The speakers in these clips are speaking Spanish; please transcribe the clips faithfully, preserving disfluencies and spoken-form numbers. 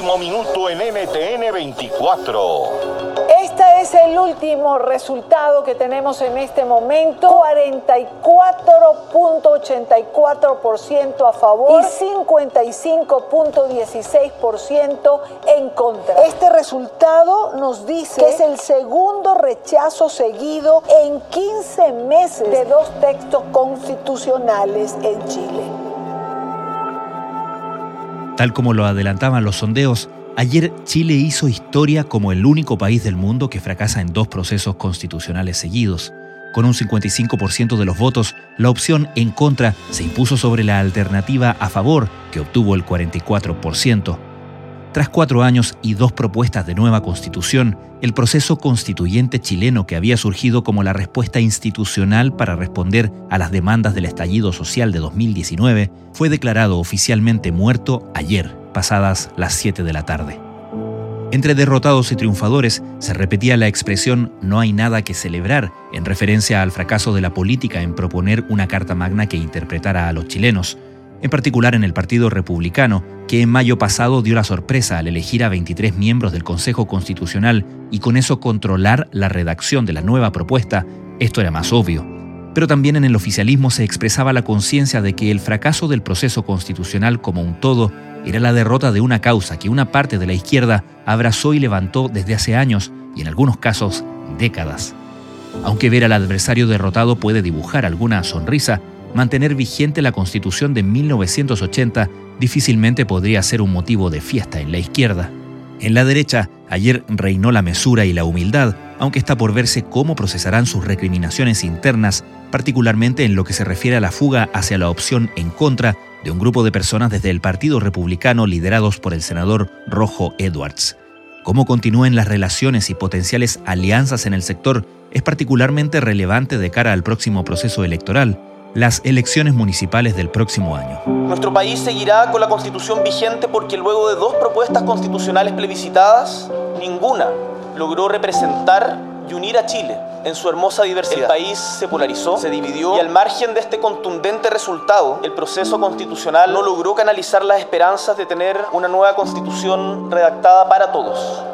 último minuto en N T N veinticuatro. Este es el último resultado que tenemos en este momento. cuarenta y cuatro punto ochenta y cuatro por ciento a favor y cincuenta y cinco punto dieciséis por ciento en contra. Este resultado nos dice que es el segundo rechazo seguido en quince meses de dos textos constitucionales en Chile. Tal como lo adelantaban los sondeos, ayer Chile hizo historia como el único país del mundo que fracasa en dos procesos constitucionales seguidos. Con un cincuenta y cinco por ciento de los votos, la opción en contra se impuso sobre la alternativa a favor, que obtuvo el cuarenta y cuatro por ciento. Tras cuatro años y dos propuestas de nueva constitución, el proceso constituyente chileno, que había surgido como la respuesta institucional para responder a las demandas del estallido social de dos mil diecinueve, fue declarado oficialmente muerto ayer, pasadas las siete de la tarde. Entre derrotados y triunfadores se repetía la expresión «no hay nada que celebrar», en referencia al fracaso de la política en proponer una carta magna que interpretara a los chilenos, en particular en el Partido Republicano, que en mayo pasado dio la sorpresa al elegir a veintitrés miembros del Consejo Constitucional y con eso controlar la redacción de la nueva propuesta. Esto era más obvio. Pero también en el oficialismo se expresaba la conciencia de que el fracaso del proceso constitucional como un todo era la derrota de una causa que una parte de la izquierda abrazó y levantó desde hace años y en algunos casos décadas. Aunque ver al adversario derrotado puede dibujar alguna sonrisa, mantener vigente la Constitución de mil novecientos ochenta difícilmente podría ser un motivo de fiesta en la izquierda. En la derecha, ayer reinó la mesura y la humildad, aunque está por verse cómo procesarán sus recriminaciones internas, particularmente en lo que se refiere a la fuga hacia la opción en contra de un grupo de personas desde el Partido Republicano liderados por el senador Rojo Edwards. Cómo continúen las relaciones y potenciales alianzas en el sector es particularmente relevante de cara al próximo proceso electoral, las elecciones municipales del próximo año. Nuestro país seguirá con la Constitución vigente porque luego de dos propuestas constitucionales plebiscitadas, ninguna logró representar y unir a Chile en su hermosa diversidad. El país se polarizó, se dividió y al margen de este contundente resultado, el proceso constitucional no logró canalizar las esperanzas de tener una nueva constitución redactada para todos.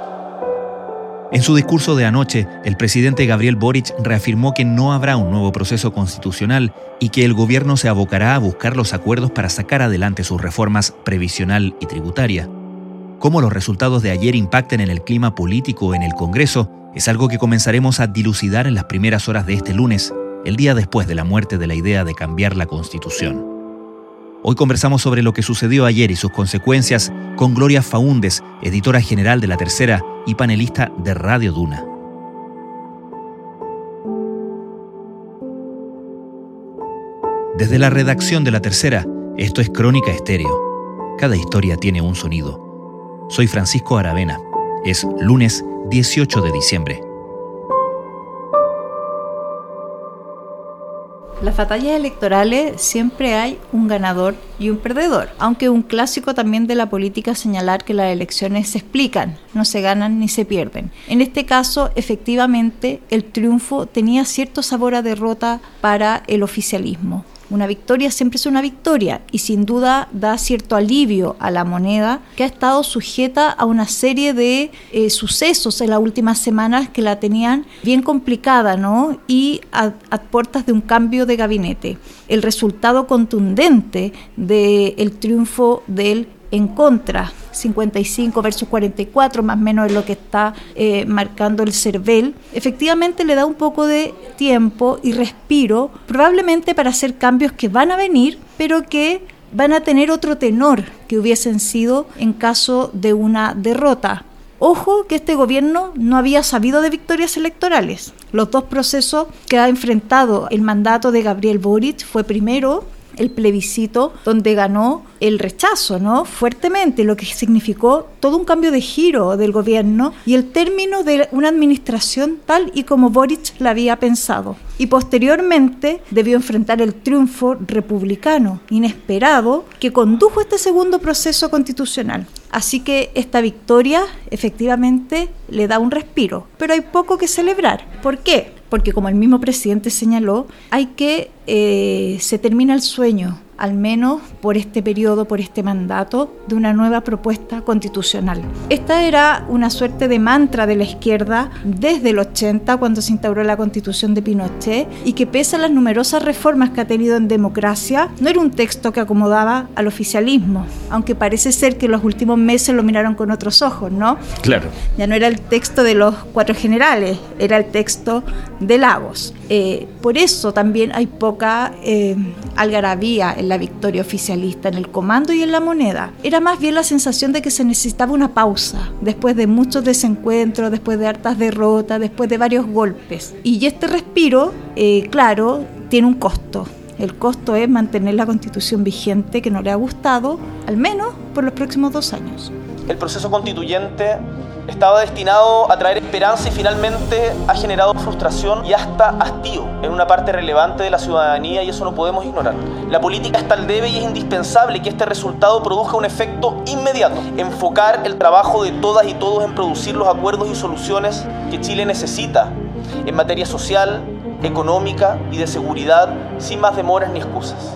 En su discurso de anoche, el presidente Gabriel Boric reafirmó que no habrá un nuevo proceso constitucional y que el gobierno se abocará a buscar los acuerdos para sacar adelante sus reformas previsional y tributaria. Cómo los resultados de ayer impacten en el clima político en el Congreso es algo que comenzaremos a dilucidar en las primeras horas de este lunes, el día después de la muerte de la idea de cambiar la Constitución. Hoy conversamos sobre lo que sucedió ayer y sus consecuencias con Gloria Faúndes, editora general de La Tercera y panelista de Radio Duna. Desde la redacción de La Tercera, esto es Crónica Estéreo. Cada historia tiene un sonido. Soy Francisco Aravena. Es lunes dieciocho de diciembre. Las batallas electorales siempre hay un ganador y un perdedor, aunque un clásico también de la política es señalar que las elecciones se explican, no se ganan ni se pierden. En este caso, efectivamente, el triunfo tenía cierto sabor a derrota para el oficialismo. Una victoria siempre es una victoria y sin duda da cierto alivio a la moneda que ha estado sujeta a una serie de eh, sucesos en las últimas semanas que la tenían bien complicada, ¿no? Y a, a puertas de un cambio de gabinete. El resultado contundente del triunfo del en contra, cincuenta y cinco versus cuarenta y cuatro, más o menos es lo que está eh, marcando el CERVEL, efectivamente le da un poco de tiempo y respiro, probablemente para hacer cambios que van a venir, pero que van a tener otro tenor que hubiesen sido en caso de una derrota. Ojo que este gobierno no había sabido de victorias electorales. Los dos procesos que ha enfrentado el mandato de Gabriel Boric fue primero el plebiscito donde ganó el rechazo, ¿no? Fuertemente, lo que significó todo un cambio de giro del gobierno y el término de una administración tal y como Boric la había pensado. Y posteriormente debió enfrentar el triunfo republicano inesperado que condujo a este segundo proceso constitucional. Así que esta victoria efectivamente le da un respiro, pero hay poco que celebrar. ¿Por qué? Porque como el mismo presidente señaló, hay que, eh, se termina el sueño, al menos por este periodo, por este mandato, de una nueva propuesta constitucional. Esta era una suerte de mantra de la izquierda desde el ochenta, cuando se instauró la Constitución de Pinochet, y que pese a las numerosas reformas que ha tenido en democracia, no era un texto que acomodaba al oficialismo, aunque parece ser que en los últimos meses lo miraron con otros ojos, ¿no? Claro. Ya no era el texto de los cuatro generales, era el texto de Lagos. Eh, por eso también hay poca eh, algarabía en la victoria oficialista, en el comando y en la moneda. Era más bien la sensación de que se necesitaba una pausa, después de muchos desencuentros, después de hartas derrotas, después de varios golpes. Y este respiro, eh, claro, tiene un costo. El costo es mantener la Constitución vigente, que no le ha gustado, al menos por los próximos dos años. El proceso constituyente estaba destinado a traer esperanza y finalmente ha generado frustración y hasta hastío en una parte relevante de la ciudadanía, y eso no podemos ignorar. La política está al debe y es indispensable que este resultado produzca un efecto inmediato. Enfocar el trabajo de todas y todos en producir los acuerdos y soluciones que Chile necesita en materia social, económica y de seguridad, sin más demoras ni excusas.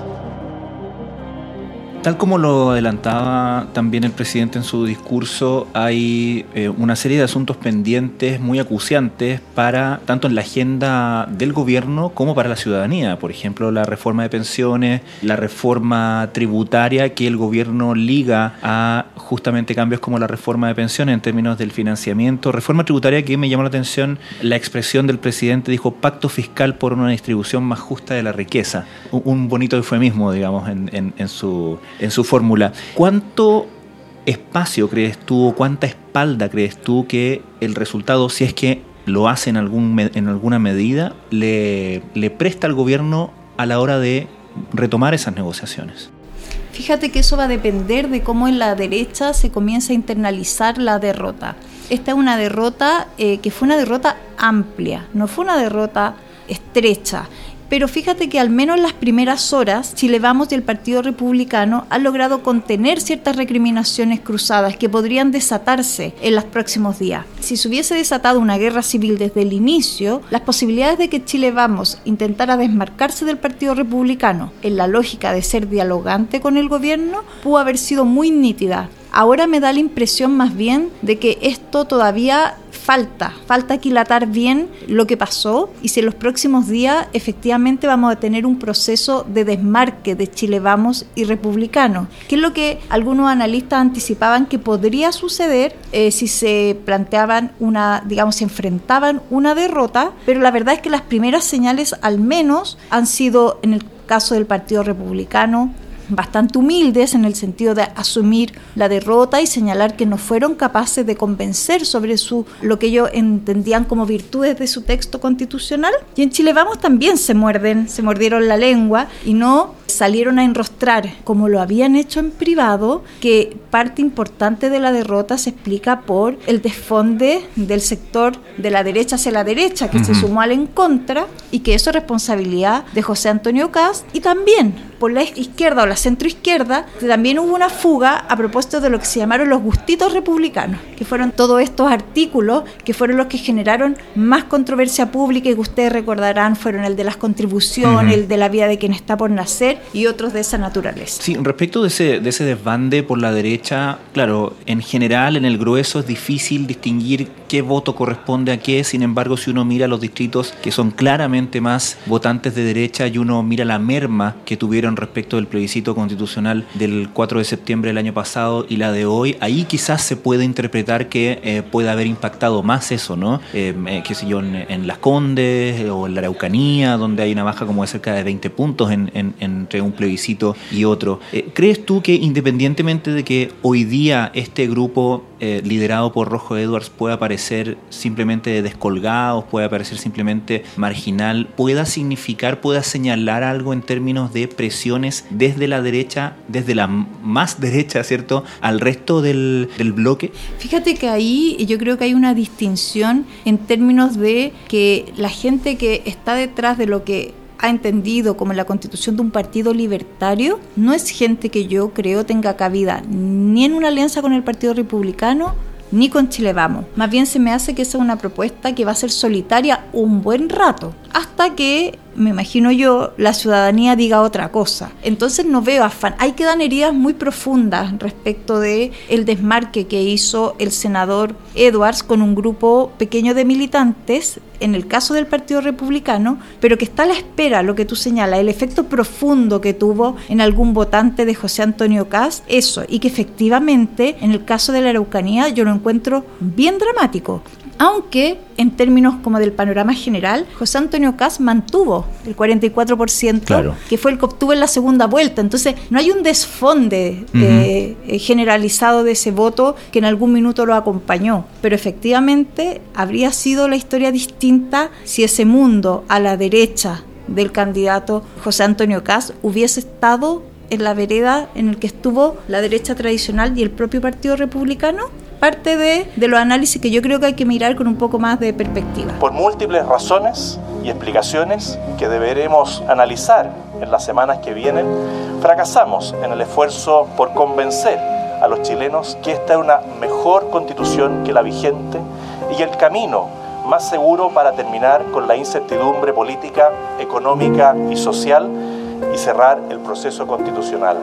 Tal como lo adelantaba también el presidente en su discurso, hay eh, una serie de asuntos pendientes muy acuciantes para tanto en la agenda del gobierno como para la ciudadanía. Por ejemplo, la reforma de pensiones, la reforma tributaria que el gobierno liga a justamente cambios como la reforma de pensiones en términos del financiamiento. Reforma tributaria que me llamó la atención la expresión del presidente, dijo pacto fiscal por una distribución más justa de la riqueza. Un, un bonito eufemismo, digamos, en, en, en su... en su fórmula. ¿Cuánto espacio crees tú, o cuánta espalda crees tú que el resultado, si es que lo hace en, algún, en alguna medida, le, le presta al gobierno a la hora de retomar esas negociaciones? Fíjate que eso va a depender de cómo en la derecha se comienza a internalizar la derrota. Esta es una derrota eh, que fue una derrota amplia, no fue una derrota estrecha. Pero fíjate que al menos en las primeras horas, Chile Vamos y el Partido Republicano han logrado contener ciertas recriminaciones cruzadas que podrían desatarse en los próximos días. Si se hubiese desatado una guerra civil desde el inicio, las posibilidades de que Chile Vamos intentara desmarcarse del Partido Republicano en la lógica de ser dialogante con el gobierno pudo haber sido muy nítida. Ahora me da la impresión más bien de que esto todavía falta, falta aquilatar bien lo que pasó, y si en los próximos días efectivamente vamos a tener un proceso de desmarque de Chile Vamos y Republicano, que es lo que algunos analistas anticipaban que podría suceder eh, si se planteaban una, digamos, se enfrentaban una derrota, pero la verdad es que las primeras señales al menos han sido, en el caso del Partido Republicano, bastante humildes en el sentido de asumir la derrota y señalar que no fueron capaces de convencer sobre su lo que ellos entendían como virtudes de su texto constitucional. Y en Chile Vamos también se muerden, se mordieron la lengua y no salieron a enrostrar, como lo habían hecho en privado, que parte importante de la derrota se explica por el desfonde del sector de la derecha hacia la derecha, que uh-huh. se sumó al en contra, y que eso es responsabilidad de José Antonio Kast, y también por la izquierda o la centroizquierda, también hubo una fuga a propósito de lo que se llamaron los gustitos republicanos, que fueron todos estos artículos que fueron los que generaron más controversia pública y que ustedes recordarán fueron el de las contribuciones, uh-huh. el de la vida de quien está por nacer y otros de esa naturaleza. Sí, respecto de ese, de ese desbande por la derecha, claro, en general, en el grueso es difícil distinguir qué voto corresponde a qué. Sin embargo, si uno mira los distritos que son claramente más votantes de derecha y uno mira la merma que tuvieron respecto del plebiscito constitucional del cuatro de septiembre del año pasado y la de hoy, ahí quizás se puede interpretar que eh, puede haber impactado más eso, ¿no? Eh, eh, qué sé yo, en, en Las Condes eh, o en la Araucanía, donde hay una baja como de cerca de veinte puntos en, en, entre un plebiscito y otro. Eh, ¿Crees tú que independientemente de que hoy día este grupo eh, liderado por Rojo Edwards pueda parecer simplemente descolgados, pueda parecer simplemente marginal, pueda significar, pueda señalar algo en términos de presiones desde la derecha, desde la más derecha, ¿cierto?, al resto del, del bloque? Fíjate que ahí yo creo que hay una distinción en términos de que la gente que está detrás de lo que ha entendido como la constitución de un partido libertario no es gente que yo creo tenga cabida ni en una alianza con el Partido Republicano ni con Chile Vamos. Más bien se me hace que esa es una propuesta que va a ser solitaria un buen rato, hasta que me imagino yo, la ciudadanía diga otra cosa. Entonces no veo afán. Hay que dar heridas muy profundas respecto de el desmarque que hizo el senador Edwards con un grupo pequeño de militantes, en el caso del Partido Republicano, pero que está a la espera, lo que tú señalas, el efecto profundo que tuvo en algún votante de José Antonio Kast, eso, y que efectivamente, en el caso de la Araucanía, yo lo encuentro bien dramático. Aunque en términos como del panorama general, José Antonio Kast mantuvo el cuarenta y cuatro por ciento, claro, que fue el que obtuvo en la segunda vuelta. Entonces no hay un desfonde uh-huh. eh, generalizado de ese voto que en algún minuto lo acompañó, pero efectivamente habría sido la historia distinta si ese mundo a la derecha del candidato José Antonio Kast hubiese estado en la vereda en el que estuvo la derecha tradicional y el propio Partido Republicano. Parte de, de los análisis que yo creo que hay que mirar con un poco más de perspectiva. Por múltiples razones y explicaciones que deberemos analizar en las semanas que vienen, fracasamos en el esfuerzo por convencer a los chilenos que esta es una mejor constitución que la vigente y el camino más seguro para terminar con la incertidumbre política, económica y social y cerrar el proceso constitucional.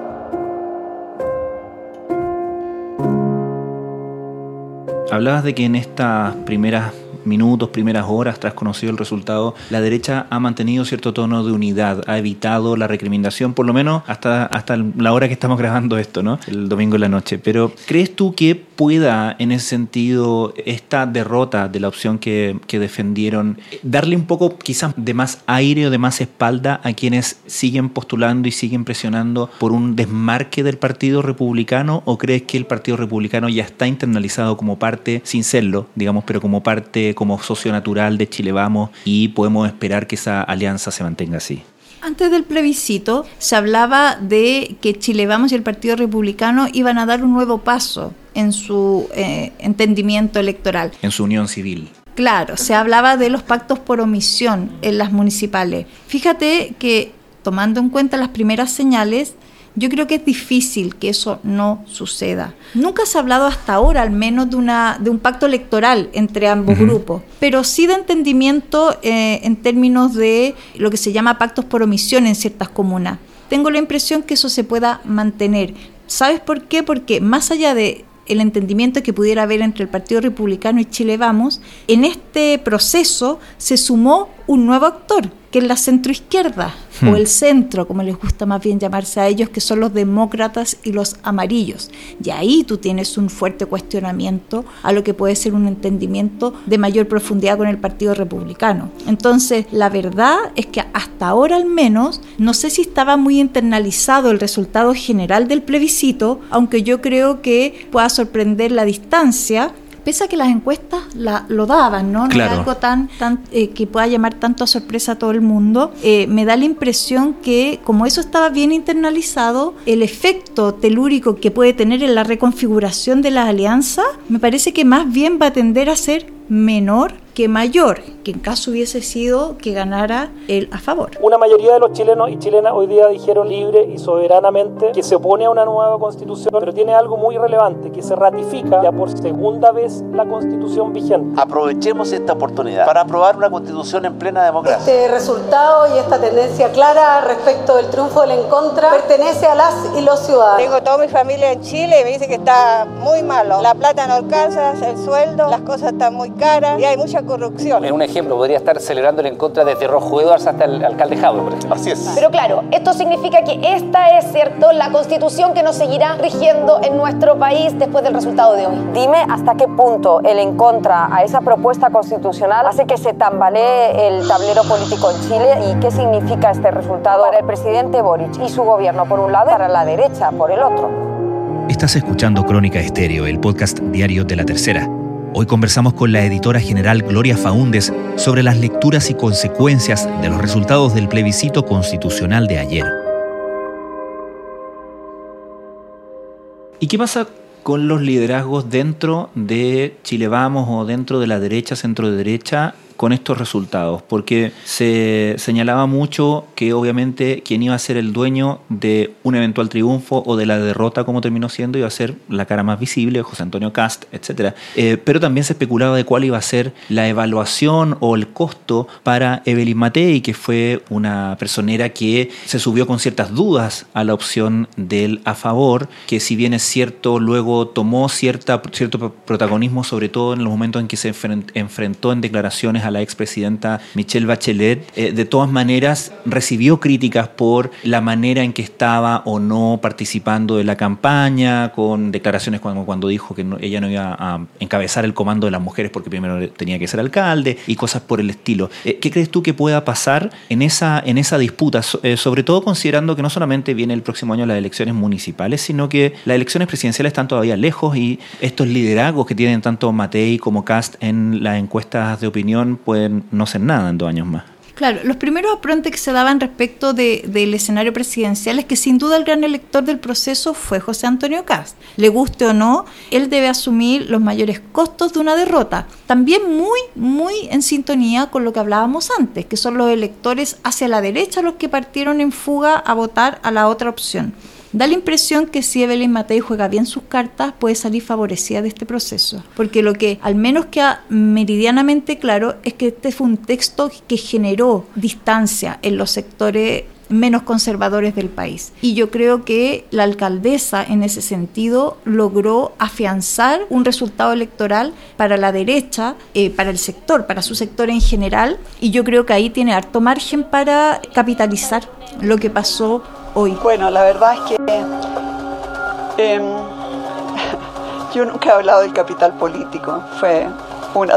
Hablabas de que en estas primeras minutos, primeras horas tras conocido el resultado, la derecha ha mantenido cierto tono de unidad, ha evitado la recriminación, por lo menos hasta, hasta la hora que estamos grabando esto, ¿no? El domingo en la noche. Pero ¿crees tú que pueda, en ese sentido, esta derrota de la opción que, que defendieron, darle un poco quizás de más aire o de más espalda a quienes siguen postulando y siguen presionando por un desmarque del Partido Republicano? ¿O crees que el Partido Republicano ya está internalizado como parte, sin serlo, digamos, pero como parte, como socio natural de Chile Vamos, y podemos esperar que esa alianza se mantenga así? Antes del plebiscito se hablaba de que Chile Vamos y el Partido Republicano iban a dar un nuevo paso en su eh, entendimiento electoral. En su unión civil. Claro, se hablaba de los pactos por omisión en las municipales. Fíjate que, tomando en cuenta las primeras señales, yo creo que es difícil que eso no suceda. Nunca se ha hablado hasta ahora, al menos, de una de un pacto electoral entre ambos uh-huh. grupos, pero sí de entendimiento eh, en términos de lo que se llama pactos por omisión en ciertas comunas. Tengo la impresión que eso se pueda mantener. ¿Sabes por qué? Porque más allá de el entendimiento que pudiera haber entre el Partido Republicano y Chile Vamos, en este proceso se sumó un nuevo actor, que es la centroizquierda, hmm. o el centro, como les gusta más bien llamarse a ellos, que son los demócratas y los amarillos. Y ahí tú tienes un fuerte cuestionamiento a lo que puede ser un entendimiento de mayor profundidad con el Partido Republicano. Entonces, la verdad es que hasta ahora al menos, no sé si estaba muy internalizado el resultado general del plebiscito, aunque yo creo que pueda sorprender la distancia, pese a que las encuestas la, lo daban, ¿no? Claro. No es algo tan, tan eh, que pueda llamar tanto a sorpresa a todo el mundo. Eh, me da la impresión que, como eso estaba bien internalizado, el efecto telúrico que puede tener en la reconfiguración de la alianza, me parece que más bien va a tender a ser menor que mayor, que en caso hubiese sido que ganara el a favor. Una mayoría de los chilenos y chilenas hoy día dijeron libre y soberanamente que se opone a una nueva constitución, pero tiene algo muy relevante, que se ratifica ya por segunda vez la constitución vigente. Aprovechemos esta oportunidad para aprobar una constitución en plena democracia. Este resultado y esta tendencia clara respecto del triunfo del en contra pertenece a las y los ciudadanos. Tengo toda mi familia en Chile y me dice que está muy malo. La plata no alcanza, el sueldo, las cosas están muy caras y hay mucha corrupción. En un ejemplo, podría estar celebrando en contra desde Rojo Edwards hasta el alcalde Jadwe, por ejemplo. Así es. Pero claro, esto significa que esta es, cierto, la constitución que nos seguirá rigiendo en nuestro país después del resultado de hoy. Dime hasta qué punto el en contra a esa propuesta constitucional hace que se tambalee el tablero político en Chile y qué significa este resultado para el presidente Boric y su gobierno por un lado y para la derecha por el otro. Estás escuchando Crónica Estéreo, el podcast diario de La Tercera. Hoy conversamos con la editora general Gloria Faúndez sobre las lecturas y consecuencias de los resultados del plebiscito constitucional de ayer. ¿Y qué pasa con los liderazgos dentro de Chile Vamos o dentro de la derecha, centro de derecha, con estos resultados? Porque se señalaba mucho que obviamente quien iba a ser el dueño de un eventual triunfo o de la derrota, como terminó siendo, iba a ser la cara más visible, José Antonio Kast, etcétera. Eh, pero también se especulaba de cuál iba a ser la evaluación o el costo para Evelyn Matei, que fue una personera que se subió con ciertas dudas a la opción del a favor, que si bien es cierto, luego tomó cierta, cierto protagonismo, sobre todo en los momentos en que se enfrentó en declaraciones a la expresidenta Michelle Bachelet. Eh, de todas maneras, recibió críticas por la manera en que estaba o no participando de la campaña, con declaraciones cuando, cuando dijo que no, ella no iba a encabezar el comando de las mujeres porque primero tenía que ser alcalde y cosas por el estilo. Eh, ¿Qué crees tú que pueda pasar en esa, en esa disputa? So, eh, sobre todo considerando que no solamente viene el próximo año las elecciones municipales, sino que las elecciones presidenciales están todavía lejos y estos liderazgos que tienen tanto Matei como Kast en las encuestas de opinión pueden no ser nada en dos años más. Claro, los primeros aprontes que se daban respecto de, del escenario presidencial es que sin duda el gran elector del proceso fue José Antonio Kast. Le guste o no, él debe asumir los mayores costos de una derrota. También muy, muy en sintonía con lo que hablábamos antes, que son los electores hacia la derecha los que partieron en fuga a votar a la otra opción. Da la impresión que si Evelyn Matei juega bien sus cartas, puede salir favorecida de este proceso. Porque lo que al menos queda meridianamente claro es que este fue un texto que generó distancia en los sectores menos conservadores del país. Y yo creo que la alcaldesa en ese sentido logró afianzar un resultado electoral para la derecha, eh, para el sector, para su sector en general, y yo creo que ahí tiene harto margen para capitalizar lo que pasó hoy. Bueno, la verdad es que eh, yo nunca he hablado del capital político, fue una,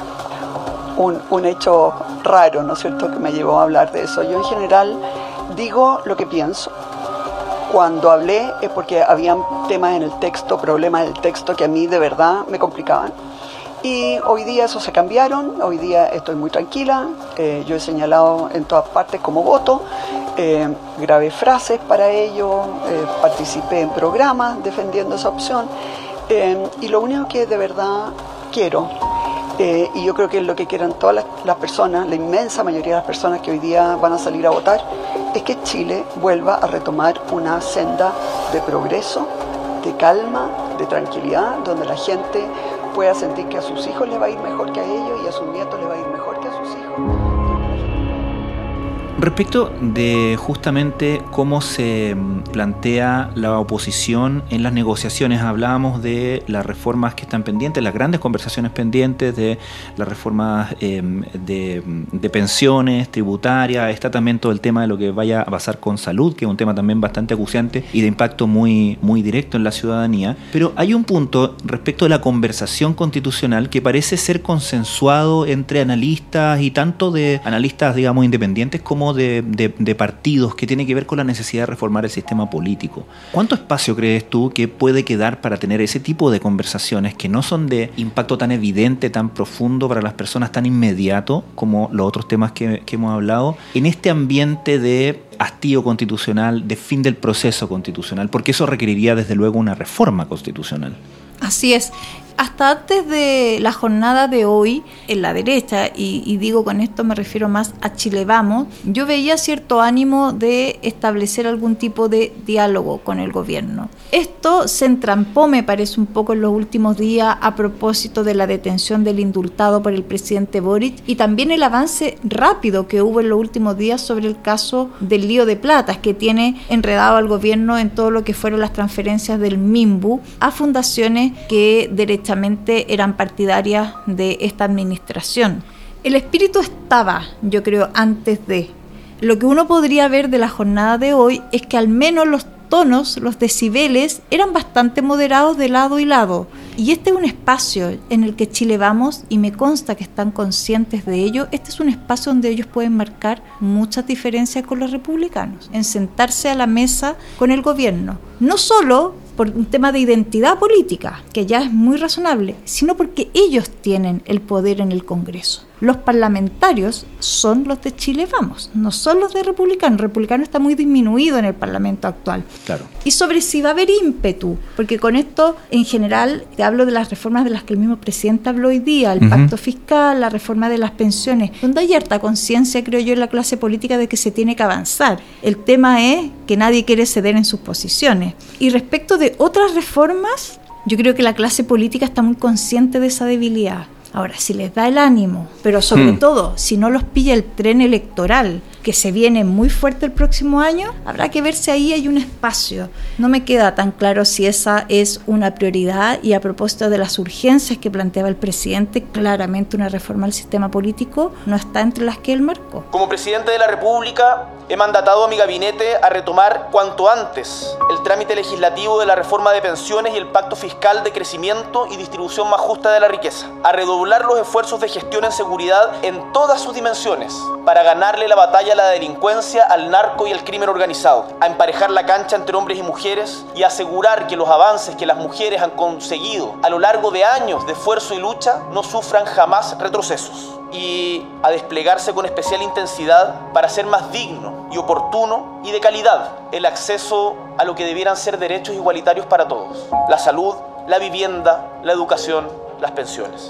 un, un hecho raro, ¿no es cierto?, que me llevó a hablar de eso. Yo en general digo lo que pienso. Cuando hablé es porque habían temas en el texto, problemas del texto que a mí de verdad me complicaban. Y hoy día eso se cambiaron, hoy día estoy muy tranquila, eh, yo he señalado en todas partes cómo voto, eh, grabé frases para ello, eh, participé en programas defendiendo esa opción, eh, y lo único que de verdad quiero, eh, y yo creo que es lo que quieran todas las, las personas, la inmensa mayoría de las personas que hoy día van a salir a votar, es que Chile vuelva a retomar una senda de progreso, de calma, de tranquilidad, donde la gente pueda sentir que a sus hijos les va a ir mejor que a ellos y a sus nietos les va a ir mejor que a sus hijos. Respecto de justamente cómo se plantea la oposición en las negociaciones, hablábamos de las reformas que están pendientes, las grandes conversaciones pendientes, de las reformas eh, de, de pensiones, tributarias, está también todo el tema de lo que vaya a pasar con salud, que es un tema también bastante acuciante y de impacto muy, muy directo en la ciudadanía. Pero hay un punto respecto de la conversación constitucional que parece ser consensuado entre analistas y tanto de analistas, digamos, independientes como De, de, de partidos, que tiene que ver con la necesidad de reformar el sistema político. ¿Cuánto espacio crees tú que puede quedar para tener ese tipo de conversaciones que no son de impacto tan evidente, tan profundo para las personas, tan inmediato como los otros temas que, que hemos hablado, en este ambiente de hastío constitucional, de fin del proceso constitucional? Porque eso requeriría desde luego una reforma constitucional. Así es. Hasta antes de la jornada de hoy, en la derecha, y, y digo con esto me refiero más a Chile Vamos, yo veía cierto ánimo de establecer algún tipo de diálogo con el gobierno. Esto se entrampó, me parece, un poco en los últimos días a propósito de la detención del indultado por el presidente Boric y también el avance rápido que hubo en los últimos días sobre el caso del lío de platas que tiene enredado al gobierno en todo lo que fueron las transferencias del MIMBU a fundaciones que derechamente eran partidarias de esta administración. El espíritu estaba, yo creo, antes de. Lo que uno podría ver de la jornada de hoy es que al menos los tonos, los decibeles, eran bastante moderados de lado y lado. Y este es un espacio en el que Chile Vamos, y me consta que están conscientes de ello, este es un espacio donde ellos pueden marcar muchas diferencias con los republicanos, en sentarse a la mesa con el gobierno. No solo por un tema de identidad política, que ya es muy razonable, sino porque ellos tienen el poder en el Congreso. Los parlamentarios son los de Chile Vamos, no son los de Republicano. Republicano está muy disminuido en el Parlamento actual. Claro. Y sobre si va a haber ímpetu, porque con esto, en general, te hablo de las reformas de las que el mismo presidente habló hoy día, el uh-huh. pacto fiscal, la reforma de las pensiones, donde hay harta conciencia, creo yo, en la clase política de que se tiene que avanzar. El tema es que nadie quiere ceder en sus posiciones. Y respecto de otras reformas, yo creo que la clase política está muy consciente de esa debilidad. Ahora, si les da el ánimo, pero sobre hmm. todo, si no los pilla el tren electoral, que se viene muy fuerte el próximo año, habrá que ver si ahí hay un espacio. No me queda tan claro si esa es una prioridad, y a propósito de las urgencias que planteaba el presidente, claramente una reforma al sistema político no está entre las que él marcó. Como presidente de la República, he mandatado a mi gabinete a retomar cuanto antes el trámite legislativo de la reforma de pensiones y el pacto fiscal de crecimiento y distribución más justa de la riqueza, a redoblar los esfuerzos de gestión en seguridad en todas sus dimensiones para ganarle la batalla a la delincuencia, al narco y al crimen organizado, a emparejar la cancha entre hombres y mujeres y asegurar que los avances que las mujeres han conseguido a lo largo de años de esfuerzo y lucha no sufran jamás retrocesos, y a desplegarse con especial intensidad para hacer más digno y oportuno y de calidad el acceso a lo que debieran ser derechos igualitarios para todos: la salud, la vivienda, la educación, las pensiones.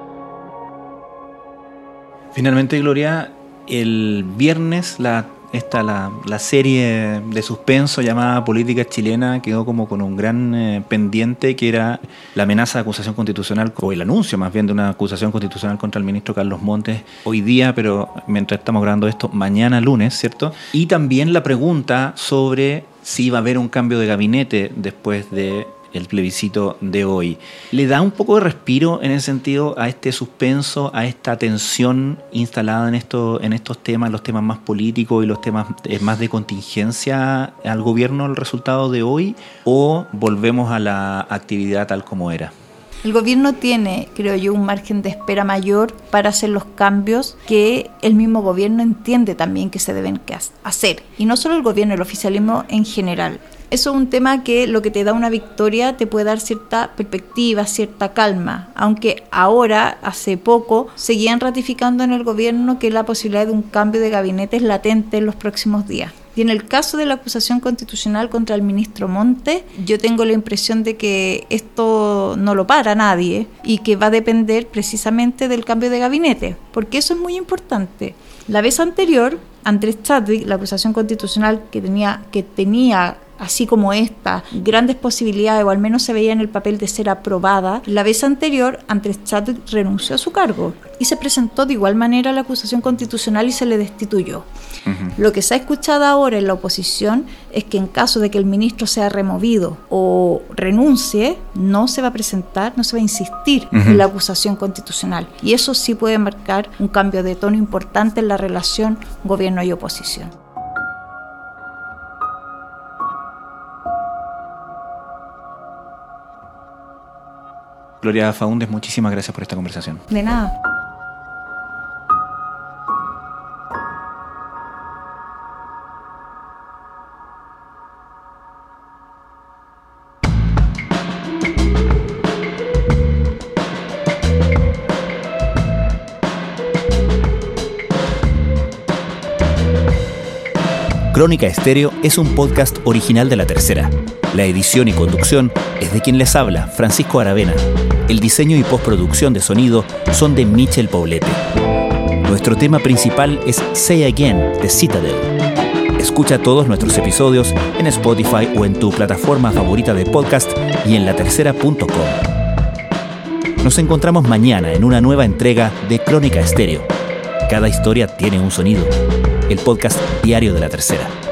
Finalmente, Gloria, el viernes la, esta, la, la serie de suspenso llamada Política Chilena quedó como con un gran eh, pendiente, que era la amenaza de acusación constitucional, o el anuncio más bien de una acusación constitucional contra el ministro Carlos Montes hoy día, pero mientras estamos grabando esto, mañana lunes, ¿cierto? Y también la pregunta sobre si va a haber un cambio de gabinete después de el plebiscito de hoy. ¿Le da un poco de respiro en ese sentido a este suspenso, a esta tensión instalada en, esto, en estos temas, los temas más políticos y los temas más de contingencia al gobierno, el resultado de hoy? ¿O volvemos a la actividad tal como era? El gobierno tiene, creo yo, un margen de espera mayor para hacer los cambios que el mismo gobierno entiende también que se deben hacer. Y no solo el gobierno, el oficialismo en general. Eso es un tema que lo que te da una victoria te puede dar cierta perspectiva, cierta calma, aunque ahora, hace poco, seguían ratificando en el gobierno que la posibilidad de un cambio de gabinete es latente en los próximos días. Y en el caso de la acusación constitucional contra el ministro Montes, yo tengo la impresión de que esto no lo para nadie y que va a depender precisamente del cambio de gabinete, porque eso es muy importante. La vez anterior, Andrés Chadwick, la acusación constitucional que tenía, que tenía así como esta, grandes posibilidades, o al menos se veía en el papel de ser aprobada, la vez anterior Andrés Chadwick renunció a su cargo y se presentó de igual manera la acusación constitucional y se le destituyó. Uh-huh. Lo que se ha escuchado ahora en la oposición es que en caso de que el ministro sea removido o renuncie, no se va a presentar, no se va a insistir uh-huh. en la acusación constitucional, y eso sí puede marcar un cambio de tono importante en la relación gobierno y oposición. Gloria Faúndez, muchísimas gracias por esta conversación. De nada. Crónica Estéreo es un podcast original de La Tercera. La edición y conducción es de quien les habla, Francisco Aravena. El diseño y postproducción de sonido son de Michel Poblete. Nuestro tema principal es Say Again, de Citadel. Escucha todos nuestros episodios en Spotify o en tu plataforma favorita de podcast y en la tercera punto com. Nos encontramos mañana en una nueva entrega de Crónica Estéreo. Cada historia tiene un sonido. El podcast diario de La Tercera.